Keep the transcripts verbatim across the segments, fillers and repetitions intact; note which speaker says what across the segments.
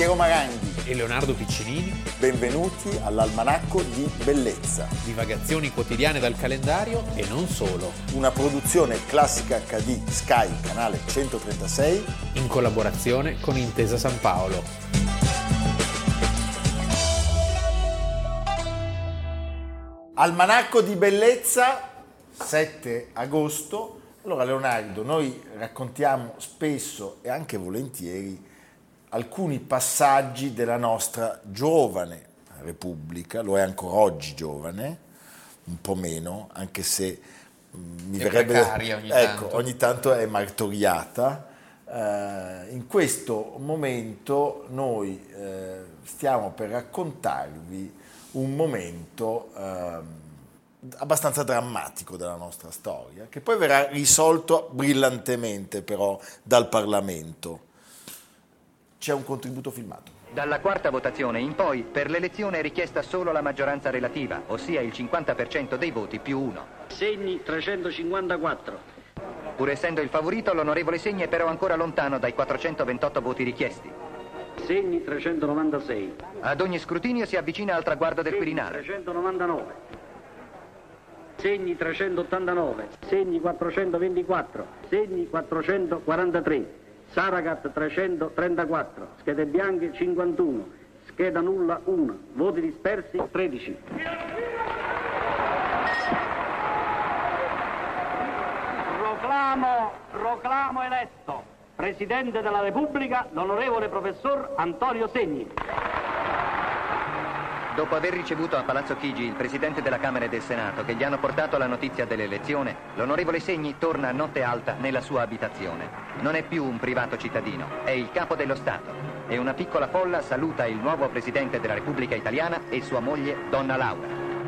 Speaker 1: Piero Maranghi
Speaker 2: e Leonardo Piccinini.
Speaker 1: Benvenuti all'Almanacco di Bellezza.
Speaker 2: Divagazioni quotidiane dal calendario e non solo.
Speaker 1: Una produzione Classica acca di Sky, canale centotrentasei.
Speaker 2: In collaborazione con Intesa San Paolo.
Speaker 1: Almanacco di Bellezza, sette agosto. Allora Leonardo, noi raccontiamo spesso e anche volentieri alcuni passaggi della nostra giovane Repubblica, lo è ancora oggi giovane, un po' meno, anche se mh, mi
Speaker 2: è
Speaker 1: verrebbe
Speaker 2: precaria ogni
Speaker 1: ecco,
Speaker 2: tanto.
Speaker 1: ogni tanto è martoriata. Eh, in questo momento noi eh, stiamo per raccontarvi un momento eh, abbastanza drammatico della nostra storia, che poi verrà risolto brillantemente però dal Parlamento. C'è un contributo filmato.
Speaker 3: Dalla quarta votazione in poi, per l'elezione è richiesta solo la maggioranza relativa, ossia il cinquanta per cento dei voti più uno.
Speaker 4: Segni trecentocinquantaquattro.
Speaker 3: Pur essendo il favorito, l'onorevole Segni è però ancora lontano dai quattrocentoventotto voti richiesti.
Speaker 4: Segni trecentonovantasei.
Speaker 3: Ad ogni scrutinio si avvicina al traguardo del
Speaker 4: Segni
Speaker 3: Quirinale.
Speaker 4: trecentonovantanove. Segni trecentottantanove. Segni quattrocentoventiquattro. Segni quattrocentoquarantatré. Saragat trecentotrentaquattro, schede bianche cinquantuno, scheda nulla uno, voti dispersi tredici. Proclamo, proclamo eletto Presidente della Repubblica l'onorevole professor Antonio Segni.
Speaker 3: Dopo aver ricevuto a Palazzo Chigi il Presidente della Camera e del Senato che gli hanno portato la notizia dell'elezione, l'onorevole Segni torna a notte alta nella sua abitazione. Non è più un privato cittadino, è il capo dello Stato. E una piccola folla saluta il nuovo Presidente della Repubblica Italiana e sua moglie, Donna Laura.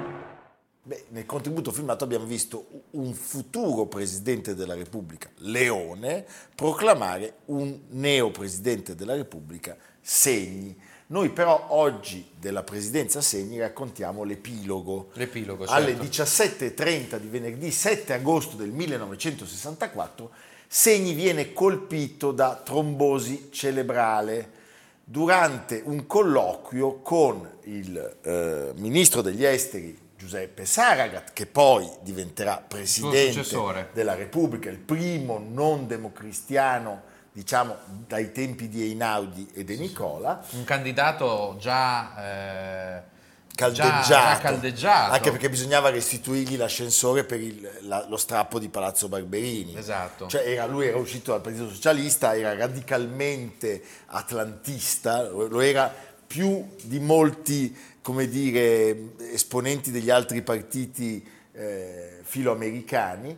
Speaker 1: Beh, nel contributo filmato abbiamo visto un futuro Presidente della Repubblica, Leone, proclamare un neo Presidente della Repubblica, Segni. Noi però oggi della presidenza Segni raccontiamo l'epilogo.
Speaker 2: L'epilogo, certo.
Speaker 1: Alle diciassette e trenta di venerdì sette agosto del millenovecentosessantaquattro Segni viene colpito da trombosi cerebrale durante un colloquio con il eh, ministro degli esteri Giuseppe Saragat, che poi diventerà presidente della Repubblica, il primo non democristiano, diciamo, dai tempi di Einaudi e De Nicola.
Speaker 2: Un candidato già, eh,
Speaker 1: caldeggiato,
Speaker 2: già, già caldeggiato.
Speaker 1: Anche perché bisognava restituirgli l'ascensore per il, la, lo strappo di Palazzo Barberini.
Speaker 2: Esatto.
Speaker 1: Cioè era, lui era uscito dal Partito Socialista, era radicalmente atlantista, lo era più di molti, come dire, esponenti degli altri partiti eh, filoamericani,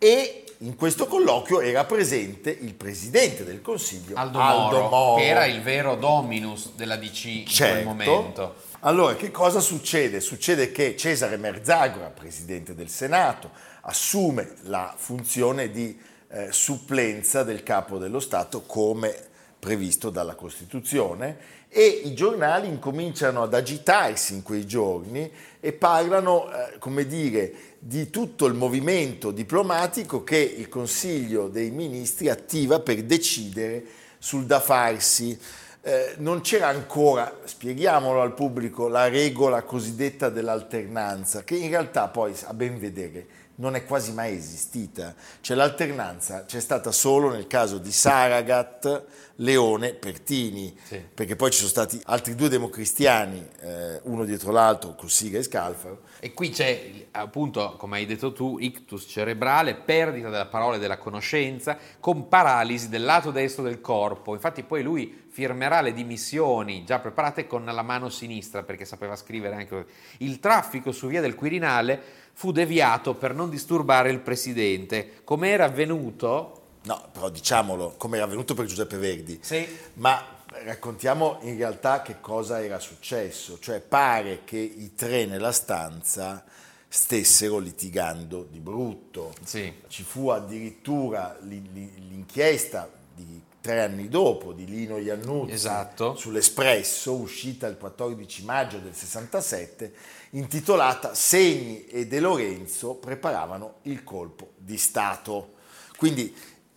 Speaker 1: e in questo colloquio era presente il presidente del Consiglio,
Speaker 2: Aldo,
Speaker 1: Aldo
Speaker 2: Moro,
Speaker 1: Moro,
Speaker 2: che era il vero dominus della D C in
Speaker 1: certo.
Speaker 2: quel momento.
Speaker 1: Allora, che cosa succede? Succede che Cesare Merzagora, presidente del Senato, assume la funzione di eh, supplenza del capo dello Stato come previsto dalla Costituzione, e i giornali incominciano ad agitarsi in quei giorni e parlano, eh, come dire, di tutto il movimento diplomatico che il Consiglio dei Ministri attiva per decidere sul da farsi. Eh, non c'era ancora, spieghiamolo al pubblico, la regola cosiddetta dell'alternanza, che in realtà poi, a ben vedere, non è quasi mai esistita. Cioè l'alternanza c'è stata solo nel caso di Saragat, Leone, Pertini,
Speaker 2: sì.
Speaker 1: Perché poi ci sono stati altri due democristiani, eh, uno dietro l'altro, Cossiga e Scalfaro.
Speaker 2: E qui c'è appunto, come hai detto tu, ictus cerebrale, perdita della parola e della conoscenza, con paralisi del lato destro del corpo. Infatti poi lui firmerà le dimissioni già preparate con la mano sinistra, perché sapeva scrivere anche. Il traffico su via del Quirinale fu deviato per non disturbare il presidente, come era avvenuto.
Speaker 1: No, però diciamolo, come era avvenuto per Giuseppe Verdi.
Speaker 2: Sì.
Speaker 1: Ma raccontiamo in realtà che cosa era successo. Cioè pare che i tre nella stanza stessero litigando di brutto.
Speaker 2: Sì.
Speaker 1: Ci fu addirittura l'inchiesta di tre anni dopo di Lino Iannuzzi,
Speaker 2: esatto,
Speaker 1: sull'Espresso, uscita il quattordici maggio del sessantasette, intitolata Segni e De Lorenzo preparavano il colpo di Stato. Quindi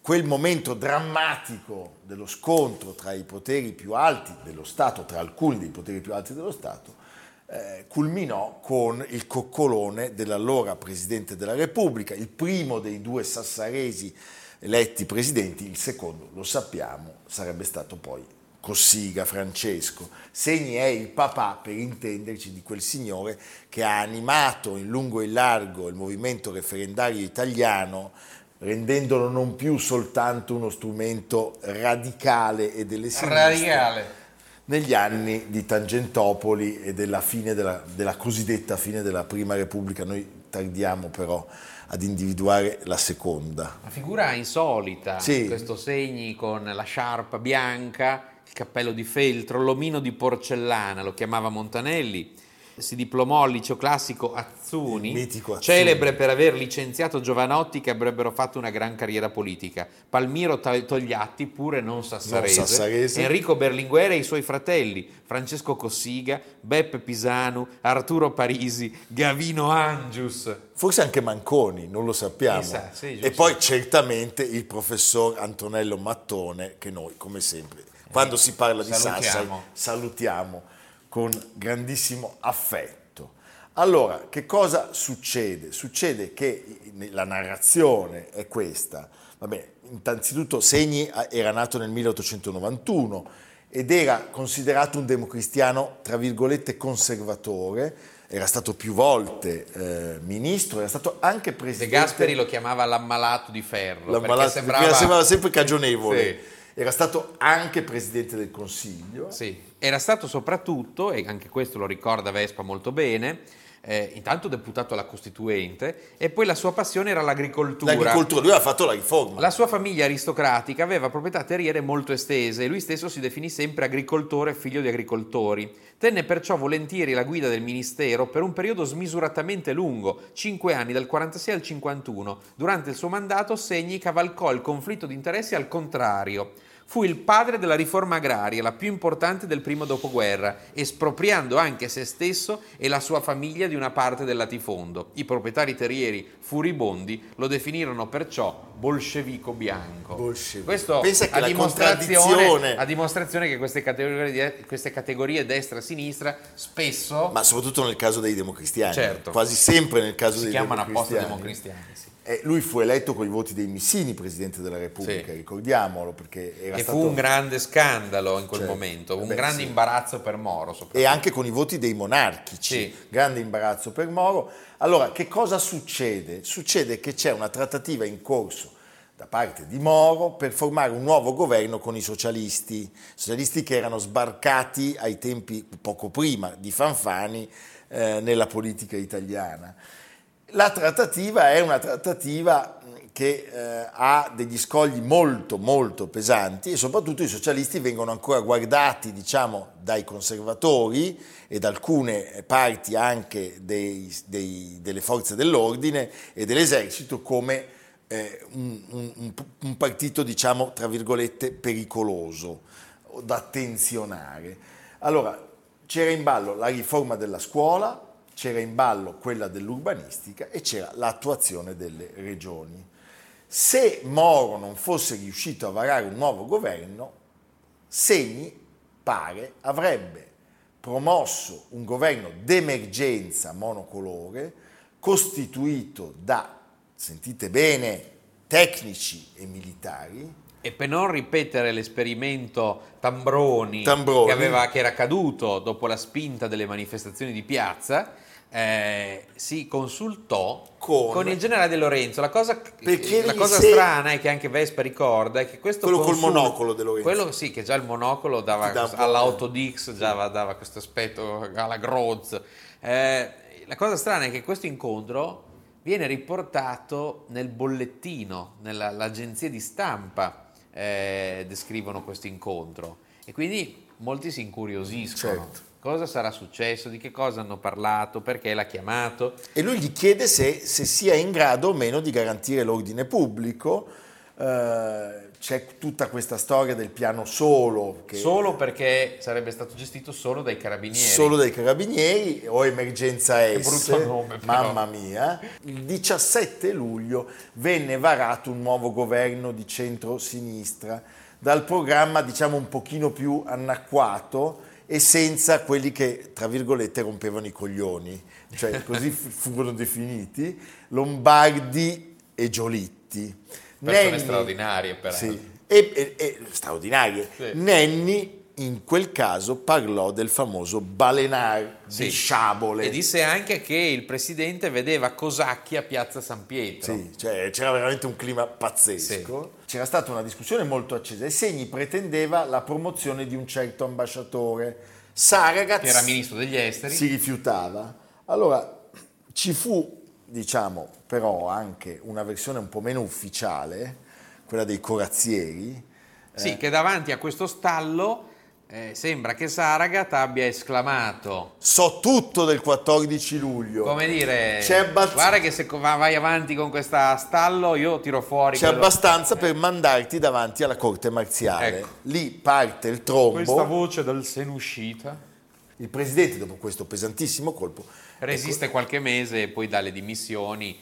Speaker 1: quel momento drammatico dello scontro tra i poteri più alti dello Stato, tra alcuni dei poteri più alti dello Stato, eh, culminò con il coccolone dell'allora Presidente della Repubblica, il primo dei due sassaresi eletti presidenti, il secondo, lo sappiamo, sarebbe stato poi Cossiga, Francesco. Segni è il papà, per intenderci, di quel signore che ha animato in lungo e in largo il movimento referendario italiano, rendendolo non più soltanto uno strumento radicale e delle sinistre,
Speaker 2: radicale,
Speaker 1: negli anni di Tangentopoli e della fine della, della cosiddetta fine della Prima Repubblica. Noi tardiamo però ad individuare la seconda.
Speaker 2: Una figura insolita,
Speaker 1: sì.
Speaker 2: Questo Segni con la sciarpa bianca, il cappello di feltro, l'omino di porcellana, lo chiamava Montanelli. Si diplomò al liceo classico Azzuni,
Speaker 1: Azzuni,
Speaker 2: celebre per aver licenziato giovanotti che avrebbero fatto una gran carriera politica. Palmiro Togliatti, pure non sassarese,
Speaker 1: non sassarese.
Speaker 2: Enrico Berlinguer e i suoi fratelli, Francesco Cossiga, Beppe Pisanu, Arturo Parisi, Gavino Angius.
Speaker 1: Forse anche Manconi, non lo sappiamo.
Speaker 2: Esatto, sì,
Speaker 1: e poi certamente il professor Antonello Mattone, che noi, come sempre, quando si parla di
Speaker 2: salutiamo.
Speaker 1: Sassari, salutiamo con grandissimo affetto. Allora, che cosa succede? Succede che la narrazione è questa. Vabbè, innanzitutto Segni era nato nel milleottocentonovantuno ed era considerato un democristiano, tra virgolette, conservatore. Era stato più volte eh, ministro, era stato anche presidente.
Speaker 2: De Gasperi lo chiamava l'ammalato di ferro,
Speaker 1: l'ammalato,
Speaker 2: perché sembrava...
Speaker 1: perché sembrava sempre cagionevole.
Speaker 2: Sì.
Speaker 1: Era stato anche presidente del Consiglio.
Speaker 2: Sì, era stato soprattutto, e anche questo lo ricorda Vespa molto bene, eh, intanto deputato alla Costituente, e poi la sua passione era l'agricoltura.
Speaker 1: L'agricoltura, lui ha fatto la riforma.
Speaker 2: La sua famiglia aristocratica aveva proprietà terriere molto estese e lui stesso si definì sempre agricoltore, figlio di agricoltori. Tenne perciò volentieri la guida del ministero per un periodo smisuratamente lungo, cinque anni, dal quarantasei al cinquantuno. Durante il suo mandato Segni cavalcò il conflitto di interessi al contrario. Fu il padre della riforma agraria, la più importante del primo dopoguerra, espropriando anche se stesso e la sua famiglia di una parte del latifondo. I proprietari terrieri furibondi lo definirono perciò bolscevico bianco.
Speaker 1: Bolscevico.
Speaker 2: Questo
Speaker 1: Pensa che
Speaker 2: a
Speaker 1: la
Speaker 2: dimostrazione,
Speaker 1: contraddizione...
Speaker 2: a dimostrazione che queste categorie, queste categorie destra-sinistra spesso...
Speaker 1: Ma soprattutto nel caso dei democristiani.
Speaker 2: Certo.
Speaker 1: Quasi sempre nel caso
Speaker 2: si
Speaker 1: dei
Speaker 2: chiamano apposta
Speaker 1: democristiani.
Speaker 2: democristiani, sì.
Speaker 1: Eh, lui fu eletto con i voti dei Missini, Presidente della Repubblica,
Speaker 2: Sì.
Speaker 1: ricordiamolo, perché era
Speaker 2: E
Speaker 1: stato...
Speaker 2: fu un grande scandalo in quel
Speaker 1: Certo.
Speaker 2: momento, un
Speaker 1: Beh,
Speaker 2: grande
Speaker 1: sì.
Speaker 2: imbarazzo per Moro soprattutto.
Speaker 1: E anche con i voti dei monarchici,
Speaker 2: Sì.
Speaker 1: grande imbarazzo per Moro. Allora, che cosa succede? Succede che c'è una trattativa in corso da parte di Moro per formare un nuovo governo con i socialisti, socialisti che erano sbarcati ai tempi, poco prima di Fanfani, eh, nella politica italiana. La trattativa è una trattativa che eh, ha degli scogli molto molto pesanti e soprattutto i socialisti vengono ancora guardati, diciamo, dai conservatori e da alcune parti anche dei, dei, delle forze dell'ordine e dell'esercito come eh, un, un, un partito, diciamo, tra virgolette, pericoloso da attenzionare. Allora, c'era in ballo la riforma della scuola, c'era in ballo quella dell'urbanistica e c'era l'attuazione delle regioni. Se Moro non fosse riuscito a varare un nuovo governo, Segni, pare, avrebbe promosso un governo d'emergenza monocolore costituito da, sentite bene, tecnici e militari.
Speaker 2: E per non ripetere l'esperimento Tambroni,
Speaker 1: Tambroni.
Speaker 2: Che, aveva, che era caduto dopo la spinta delle manifestazioni di piazza, eh, si consultò
Speaker 1: con,
Speaker 2: con il generale De Lorenzo. La cosa, la cosa
Speaker 1: se...
Speaker 2: strana è che anche Vespa ricorda è che questo
Speaker 1: quello
Speaker 2: consul...
Speaker 1: col monocolo De Lorenzo.
Speaker 2: Quello sì, che già il monocolo dava
Speaker 1: dà
Speaker 2: all'Autodix, già dava questo aspetto alla Groz. Eh, la cosa strana è che questo incontro viene riportato nel bollettino, nell'agenzia di stampa eh, descrivono questo incontro e quindi molti si incuriosiscono.
Speaker 1: Certo.
Speaker 2: Cosa sarà successo, di che cosa hanno parlato, perché l'ha chiamato.
Speaker 1: E lui gli chiede se, se sia in grado o meno di garantire l'ordine pubblico, Uh, c'è tutta questa storia del piano solo che
Speaker 2: solo perché sarebbe stato gestito solo dai carabinieri
Speaker 1: solo dai carabinieri o emergenza
Speaker 2: che
Speaker 1: S,
Speaker 2: brutto nome, però.
Speaker 1: mamma mia. Il diciassette luglio venne varato un nuovo governo di centro-sinistra dal programma diciamo un pochino più anacquato e senza quelli che tra virgolette rompevano i coglioni, cioè così furono definiti Lombardi e Giolitti.
Speaker 2: Persone
Speaker 1: Nenni,
Speaker 2: straordinarie, peraltro.
Speaker 1: sì, e, e, e straordinarie.
Speaker 2: Sì.
Speaker 1: Nenni in quel caso parlò del famoso balenar
Speaker 2: Sì.
Speaker 1: di Sciabole.
Speaker 2: E disse anche che il presidente vedeva Cosacchi a Piazza San Pietro.
Speaker 1: Sì, cioè, c'era veramente un clima pazzesco. Sì. C'era stata una discussione molto accesa e Segni pretendeva la promozione di un certo ambasciatore. Saragat,
Speaker 2: che era ministro degli esteri,
Speaker 1: si rifiutava. Allora ci fu, diciamo, però anche una versione un po' meno ufficiale, quella dei corazzieri.
Speaker 2: Sì,
Speaker 1: eh.
Speaker 2: che davanti a questo stallo eh, sembra che Saragat abbia esclamato:
Speaker 1: so tutto del quattordici luglio.
Speaker 2: Come dire,
Speaker 1: c'è abbast-
Speaker 2: guarda che se vai avanti con questa stallo io tiro fuori.
Speaker 1: C'è
Speaker 2: quello...
Speaker 1: abbastanza per mandarti davanti alla corte marziale.
Speaker 2: Ecco.
Speaker 1: Lì parte il trombo.
Speaker 2: Questa voce dal seno uscita.
Speaker 1: Il presidente, dopo questo pesantissimo colpo,
Speaker 2: resiste qualche mese e poi dà le dimissioni,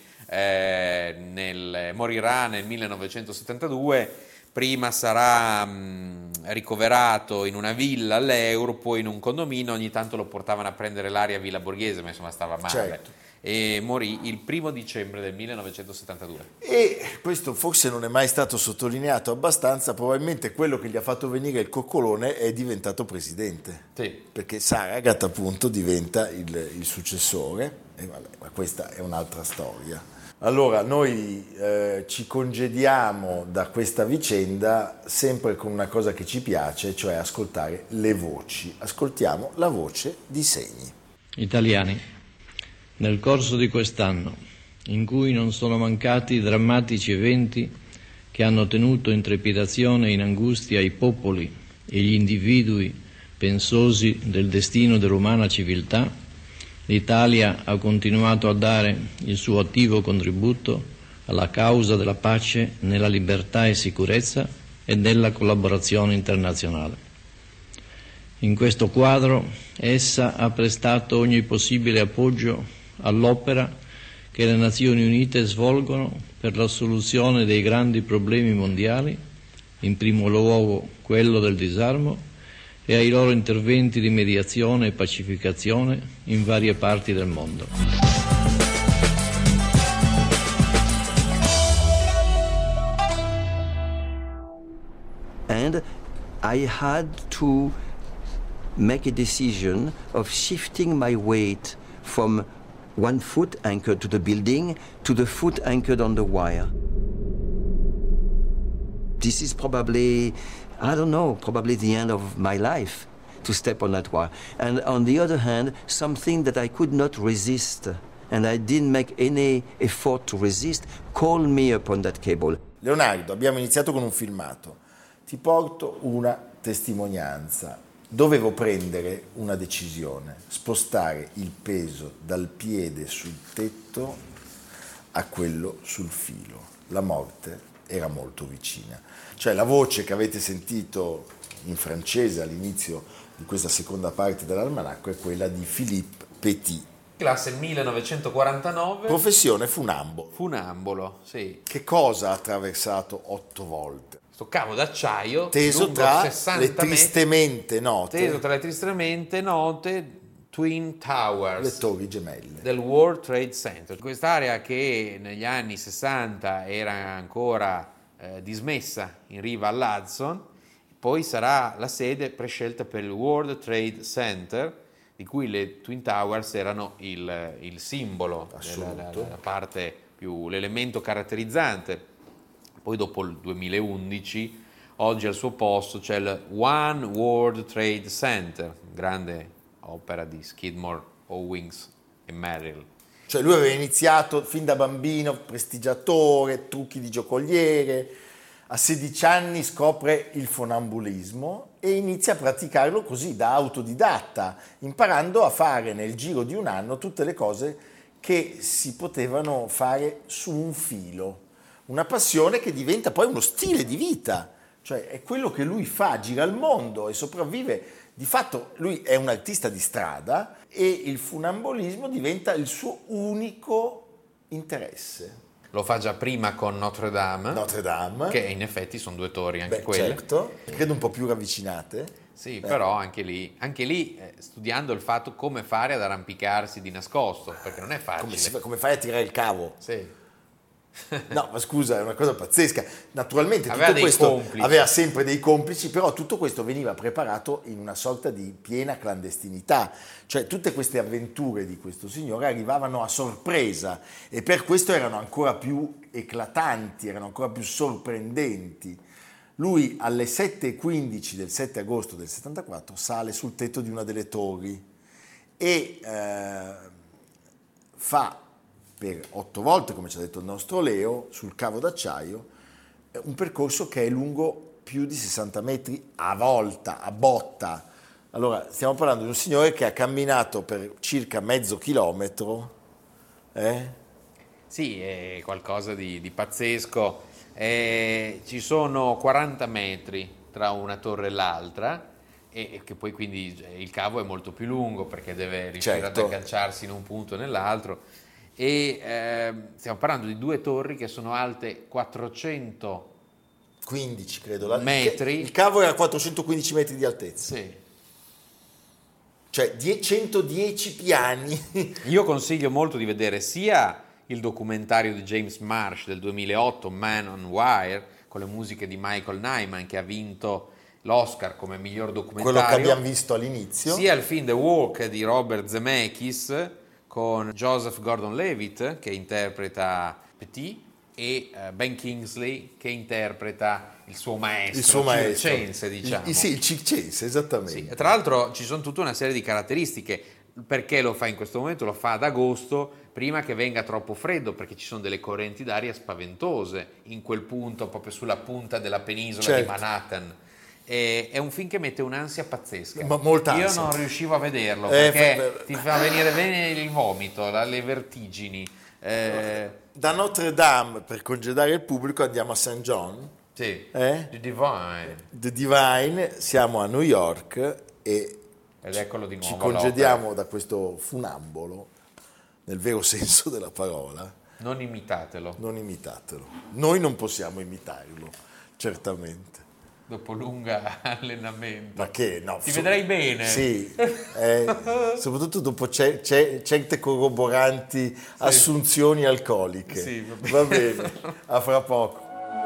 Speaker 2: eh, nel, morirà nel millenovecentosettantadue, prima sarà mh, ricoverato in una villa all'Euro, poi in un condominio, ogni tanto lo portavano a prendere l'aria a Villa Borghese, ma insomma stava male.
Speaker 1: Certo.
Speaker 2: E morì il primo dicembre del millenovecentosettantadue.
Speaker 1: E questo forse non è mai stato sottolineato abbastanza, probabilmente quello che gli ha fatto venire il coccolone è diventato presidente.
Speaker 2: Sì.
Speaker 1: Perché Saragat appunto diventa il, il successore, e vabbè, ma questa è un'altra storia. Allora noi eh, ci congediamo da questa vicenda sempre con una cosa che ci piace, cioè ascoltare le voci. Ascoltiamo la voce di Segni.
Speaker 5: Italiani, nel corso di quest'anno, in cui non sono mancati drammatici eventi che hanno tenuto in trepidazione e in angustia i popoli e gli individui pensosi del destino dell'umana civiltà, l'Italia ha continuato a dare il suo attivo contributo alla causa della pace nella libertà e sicurezza e della collaborazione internazionale. In questo quadro essa ha prestato ogni possibile appoggio all'opera che le Nazioni Unite svolgono per la soluzione dei grandi problemi mondiali, in primo luogo quello del disarmo, e ai loro interventi di mediazione e pacificazione in varie parti del mondo.
Speaker 6: And I had to make a decision of shifting my weight from one foot anchored to the building to the foot anchored on the wire. This is probably, I don't know, probably the end of my life to step on that wire. And on the other hand, something that I could not resist, and I didn't make any effort to resist, called me upon that cable.
Speaker 1: Leonardo, abbiamo iniziato con un filmato. Ti porto una testimonianza. Dovevo prendere una decisione, spostare il peso dal piede sul tetto a quello sul filo. La morte era molto vicina. Cioè la voce che avete sentito in francese all'inizio di questa seconda parte dell'almanacco è quella di Philippe Petit.
Speaker 2: Classe millenovecentoquarantanove.
Speaker 1: Professione funambolo.
Speaker 2: Funambolo, sì.
Speaker 1: Che cosa ha attraversato otto volte?
Speaker 2: Sto cavo d'acciaio
Speaker 1: teso
Speaker 2: lungo
Speaker 1: tra
Speaker 2: sessanta
Speaker 1: le tristemente
Speaker 2: metri,
Speaker 1: note
Speaker 2: teso tra le tristemente note Twin Towers,
Speaker 1: le torri gemelle
Speaker 2: del World Trade Center. Quest'area che negli anni sessanta era ancora eh, dismessa in riva all'Hudson, poi sarà la sede prescelta per il World Trade Center, di cui le Twin Towers erano il, il simbolo, la, la, la parte più, l'elemento caratterizzante. Poi dopo il duemilaundici, oggi al suo posto c'è il One World Trade Center, grande opera di Skidmore, Owings e Merrill.
Speaker 1: Cioè lui aveva iniziato fin da bambino, prestigiatore, trucchi di giocoliere, a sedici anni scopre il funambulismo e inizia a praticarlo così da autodidatta, imparando a fare nel giro di un anno tutte le cose che si potevano fare su un filo. una passione che diventa poi uno stile di vita, cioè è quello che lui fa, gira il mondo e sopravvive. Di fatto lui è un artista di strada e il funambolismo diventa il suo unico interesse.
Speaker 2: Lo fa già prima con Notre Dame,
Speaker 1: Notre Dame.
Speaker 2: Che in effetti sono due torri anche
Speaker 1: Beh,
Speaker 2: quelle.
Speaker 1: certo, credo un po' più ravvicinate.
Speaker 2: Sì,
Speaker 1: Beh.
Speaker 2: però anche lì, anche lì eh, studiando il fatto come fare ad arrampicarsi di nascosto, perché non è facile.
Speaker 1: Come, si fa- come fai a tirare il cavo?
Speaker 2: Sì.
Speaker 1: No, ma scusa, è una cosa pazzesca. Naturalmente
Speaker 2: Aveva
Speaker 1: tutto
Speaker 2: dei
Speaker 1: questo
Speaker 2: complici.
Speaker 1: aveva sempre dei complici, però tutto questo veniva preparato in una sorta di piena clandestinità. Cioè tutte queste avventure di questo signore arrivavano a sorpresa e per questo erano ancora più eclatanti, erano ancora più sorprendenti. Lui alle sette e quindici del sette agosto del settantaquattro sale sul tetto di una delle torri e eh, fa per otto volte, come ci ha detto il nostro Leo, sul cavo d'acciaio, un percorso che è lungo più di sessanta metri a volta, a botta. Allora, stiamo parlando di un signore che ha camminato per circa mezzo chilometro. Eh?
Speaker 2: Sì, è qualcosa di, di pazzesco. Eh, ci sono quaranta metri tra una torre e l'altra e, e che poi quindi il cavo è molto più lungo perché deve riuscire
Speaker 1: Certo.
Speaker 2: ad agganciarsi in un punto e nell'altro. E eh, stiamo parlando di due torri che sono alte quattrocento
Speaker 1: quindici credo. La-
Speaker 2: metri.
Speaker 1: Il cavo era a quattrocentoquindici metri di altezza.
Speaker 2: Sì.
Speaker 1: Cioè die- centodieci piani.
Speaker 2: Io consiglio molto di vedere sia il documentario di James Marsh del duemilaotto, Man on Wire, con le musiche di Michael Nyman, che ha vinto l'Oscar come miglior documentario.
Speaker 1: Quello che abbiamo visto all'inizio.
Speaker 2: Sia il film The Walk di Robert Zemeckis con Joseph Gordon-Levitt che interpreta Petit e eh, Ben Kingsley che interpreta il suo maestro,
Speaker 1: il suo maestro.
Speaker 2: circense, diciamo.
Speaker 1: Il- sì, il circense, esattamente.
Speaker 2: Sì, tra l'altro ci sono tutta una serie di caratteristiche. Perché lo fa in questo momento? Lo fa ad agosto, prima che venga troppo freddo, perché ci sono delle correnti d'aria spaventose in quel punto, proprio sulla punta della penisola
Speaker 1: Certo.
Speaker 2: di Manhattan. E, è un film che mette un'ansia pazzesca.
Speaker 1: Ma molta
Speaker 2: Io
Speaker 1: ansia.
Speaker 2: non riuscivo a vederlo
Speaker 1: Eh,
Speaker 2: perché
Speaker 1: fa-
Speaker 2: ti fa venire bene il vomito, la- le vertigini. Eh,
Speaker 1: Da Notre Dame, per congedare il pubblico, andiamo a Saint John,
Speaker 2: sì,
Speaker 1: Eh?
Speaker 2: The Divine.
Speaker 1: The Divine, siamo a New York e
Speaker 2: Ed eccolo di
Speaker 1: ci
Speaker 2: nuovo.
Speaker 1: congediamo
Speaker 2: l'opera.
Speaker 1: da questo funambolo, nel vero senso della parola.
Speaker 2: Non imitatelo.
Speaker 1: Non imitatelo. Noi non possiamo imitarlo, certamente.
Speaker 2: Dopo lunga allenamento.
Speaker 1: Ma che no?
Speaker 2: Ti
Speaker 1: so-
Speaker 2: vedrai bene.
Speaker 1: Sì, eh, soprattutto dopo ce- ce- certe corroboranti assunzioni alcoliche.
Speaker 2: Sì, va bene.
Speaker 1: Va bene, a fra poco.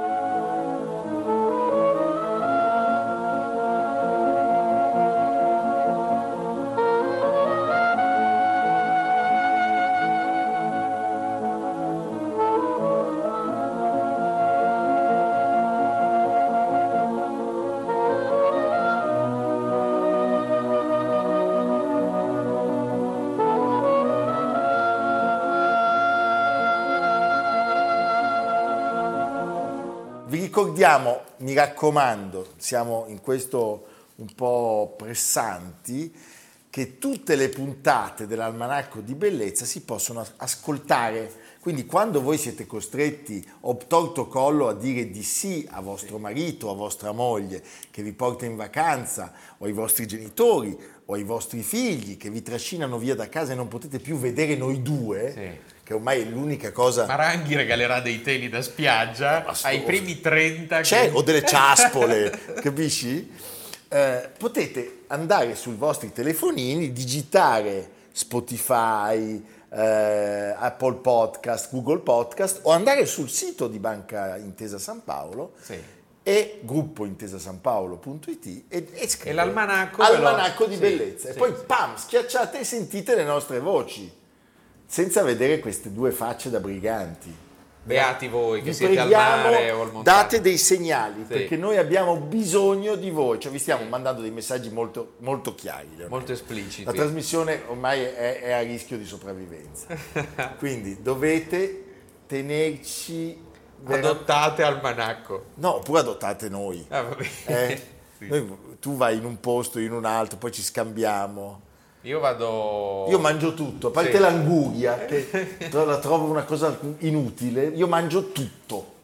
Speaker 1: Vi ricordiamo, mi raccomando, siamo in questo un po' pressanti, che tutte le puntate dell'Almanacco di Bellezza si possono as- ascoltare. Quindi quando voi siete costretti obtorto collo a dire di sì a vostro marito, a vostra moglie, che vi porta in vacanza, o ai vostri genitori, o ai vostri figli, che vi trascinano via da casa e non potete più vedere noi due,
Speaker 2: Sì.
Speaker 1: che ormai è l'unica cosa...
Speaker 2: Maranghi regalerà dei teli da spiaggia
Speaker 1: Ma
Speaker 2: ai
Speaker 1: sto-
Speaker 2: primi trenta.
Speaker 1: C'è,
Speaker 2: che-
Speaker 1: o delle ciaspole, capisci? Eh, potete andare sui vostri telefonini, digitare Spotify, eh, Apple Podcast, Google Podcast o andare sul sito di Banca Intesa San Paolo
Speaker 2: Sì.
Speaker 1: e gruppo intesasanpaolo punto it e, e scrivere
Speaker 2: E l'almanacco ve lo-
Speaker 1: Almanacco di
Speaker 2: sì,
Speaker 1: Bellezza.
Speaker 2: sì,
Speaker 1: e poi
Speaker 2: sì.
Speaker 1: pam, schiacciate e sentite le nostre voci, senza vedere queste due facce da briganti.
Speaker 2: Beati voi che
Speaker 1: Vi
Speaker 2: siete al
Speaker 1: preghiamo,
Speaker 2: mare o al montagna.
Speaker 1: date dei segnali,
Speaker 2: Sì.
Speaker 1: perché noi abbiamo bisogno di voi, cioè vi stiamo mandando dei messaggi molto, molto chiari. Leonardo.
Speaker 2: Molto espliciti.
Speaker 1: La trasmissione ormai è, è a rischio di sopravvivenza, quindi dovete tenerci... vera-
Speaker 2: Adottate almanacco.
Speaker 1: No, oppure adottate noi.
Speaker 2: Ah, va bene.
Speaker 1: Eh?
Speaker 2: Sì.
Speaker 1: Noi- tu vai in un posto, in un altro, poi ci scambiamo.
Speaker 2: Io vado...
Speaker 1: Io mangio tutto, a parte
Speaker 2: Sì.
Speaker 1: l'anguria, che la trovo una cosa inutile, io mangio tutto.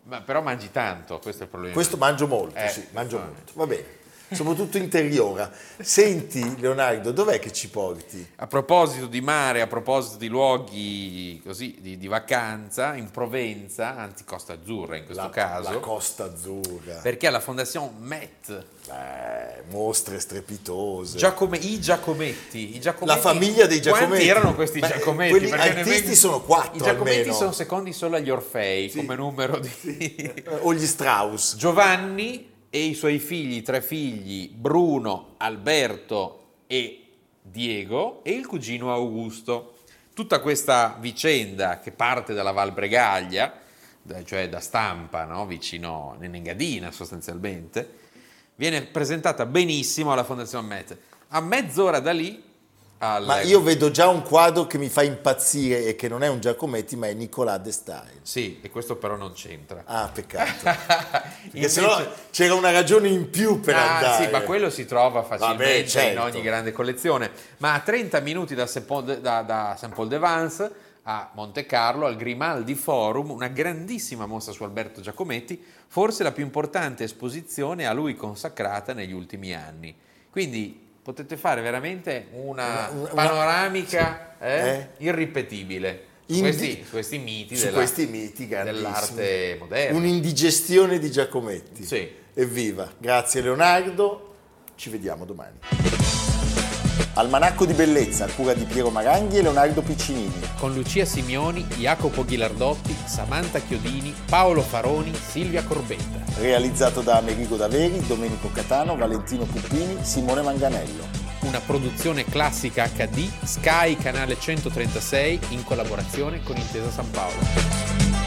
Speaker 2: Ma però mangi tanto, questo è il problema.
Speaker 1: Questo mangio molto,
Speaker 2: Eh,
Speaker 1: sì, mangio
Speaker 2: vabbè.
Speaker 1: molto. Va bene. Soprattutto interiora. Senti, Leonardo, dov'è che ci porti?
Speaker 2: A proposito di mare, a proposito di luoghi così di, di vacanza, in Provenza, anzi Costa Azzurra in questo
Speaker 1: La,
Speaker 2: caso,
Speaker 1: la Costa Azzurra.
Speaker 2: perché alla Fondazione Met,
Speaker 1: Eh, mostre strepitose.
Speaker 2: Giacome- i Giacometti, i Giacometti,
Speaker 1: La famiglia dei Giacometti.
Speaker 2: Quanti erano questi
Speaker 1: Beh,
Speaker 2: Giacometti?
Speaker 1: quelli
Speaker 2: Perché ne
Speaker 1: artisti
Speaker 2: vengono-
Speaker 1: sono quattro
Speaker 2: I Giacometti
Speaker 1: almeno.
Speaker 2: sono secondi solo agli Orfei come numero di...
Speaker 1: Eh, o gli Strauss.
Speaker 2: Giovanni e i suoi figli, tre figli, Bruno, Alberto e Diego, e il cugino Augusto. Tutta questa vicenda che parte dalla Val Bregaglia, da- cioè da Stampa, no? Vicino Nenengadina sostanzialmente, viene presentata benissimo alla Fondazione Met. A mezz'ora da lì... Al...
Speaker 1: Ma io vedo già un quadro che mi fa impazzire e che non è un Giacometti ma è Nicolas Destains.
Speaker 2: Sì, e questo però non c'entra.
Speaker 1: Ah, peccato. Perché
Speaker 2: Invece-
Speaker 1: sennò c'era una ragione in più per
Speaker 2: Ah,
Speaker 1: andare.
Speaker 2: sì, ma quello si trova facilmente
Speaker 1: Vabbè, certo.
Speaker 2: in ogni grande collezione. Ma a trenta minuti da Saint Paul de, da, da Saint Paul de Vence a Monte Carlo, al Grimaldi Forum, una grandissima mostra su Alberto Giacometti, forse la più importante esposizione a lui consacrata negli ultimi anni. Quindi potete fare veramente una,
Speaker 1: Una- una-
Speaker 2: panoramica eh,
Speaker 1: eh?
Speaker 2: irripetibile su
Speaker 1: Indi-
Speaker 2: questi, su questi miti,
Speaker 1: su
Speaker 2: della-
Speaker 1: questi miti grandissimi.
Speaker 2: dell'arte moderna.
Speaker 1: Un'indigestione di Giacometti.
Speaker 2: Sì.
Speaker 1: Evviva. Grazie Leonardo. Ci vediamo domani. Almanacco di bellezza a cura di Piero Maranghi e Leonardo Piccinini.
Speaker 2: Con Lucia Simioni, Jacopo Ghilardotti, Samantha Chiodini, Paolo Faroni, Silvia Corbetta.
Speaker 1: Realizzato da Amerigo Daveri, Domenico Catano, Valentino Puppini, Simone Manganello.
Speaker 2: Una produzione classica acca di Sky Canale centotrentasei in collaborazione con Intesa San Paolo.